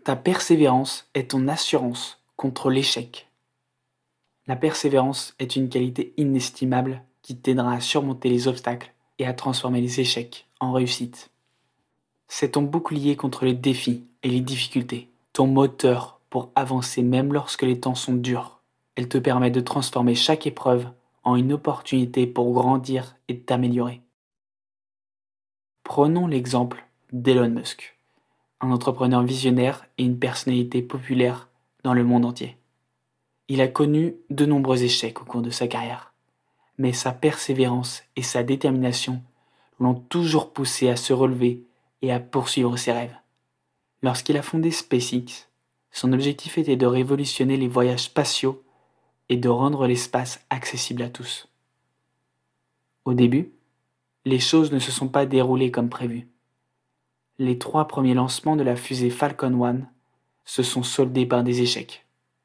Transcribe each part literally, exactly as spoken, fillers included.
Ta persévérance est ton assurance contre l'échec. La persévérance est une qualité inestimable qui t'aidera à surmonter les obstacles et à transformer les échecs en réussite. C'est ton bouclier contre les défis et les difficultés, ton moteur pour avancer même lorsque les temps sont durs. Elle te permet de transformer chaque épreuve en une opportunité pour grandir et t'améliorer. Prenons l'exemple d'Elon Musk, un entrepreneur visionnaire et une personnalité populaire dans le monde entier. Il a connu de nombreux échecs au cours de sa carrière, mais sa persévérance et sa détermination l'ont toujours poussé à se relever et à poursuivre ses rêves. Lorsqu'il a fondé SpaceX, son objectif était de révolutionner les voyages spatiaux et de rendre l'espace accessible à tous. Au début, les choses ne se sont pas déroulées comme prévu. Les trois premiers lancements de la fusée Falcon un se sont soldés par des échecs.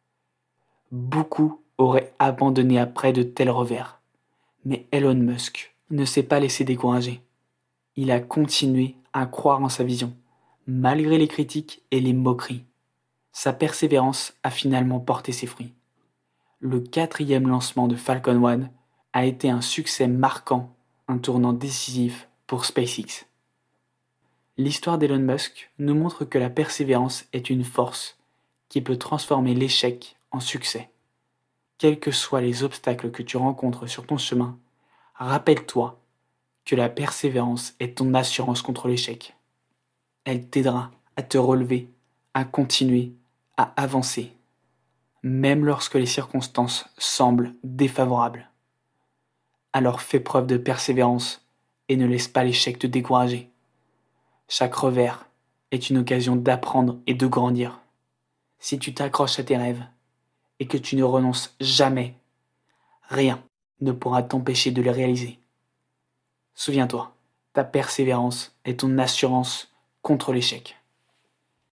Beaucoup auraient abandonné après de tels revers, mais Elon Musk ne s'est pas laissé décourager. Il a continué à croire en sa vision, malgré les critiques et les moqueries. Sa persévérance a finalement porté ses fruits. Le quatrième lancement de Falcon un a été un succès marquant, un tournant décisif pour SpaceX. L'histoire d'Elon Musk nous montre que la persévérance est une force qui peut transformer l'échec en succès. Quels que soient les obstacles que tu rencontres sur ton chemin, rappelle-toi que la persévérance est ton assurance contre l'échec. Elle t'aidera à te relever, à continuer, à avancer, même lorsque les circonstances semblent défavorables. Alors fais preuve de persévérance et ne laisse pas l'échec te décourager. Chaque revers est une occasion d'apprendre et de grandir. Si tu t'accroches à tes rêves et que tu ne renonces jamais, rien ne pourra t'empêcher de les réaliser. Souviens-toi, ta persévérance est ton assurance contre l'échec.